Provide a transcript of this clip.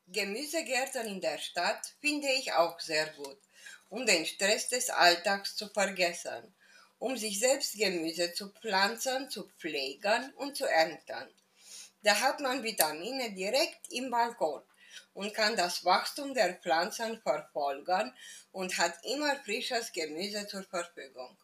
Gemüsegärten in der Stadt finde ich auch sehr gut, um den Stress des Alltags zu vergessen, um sich selbst Gemüse zu pflanzen, zu pflegen und zu ernten. Da hat man Vitamine direkt im Balkon und kann das Wachstum der Pflanzen verfolgen und hat immer frisches Gemüse zur Verfügung.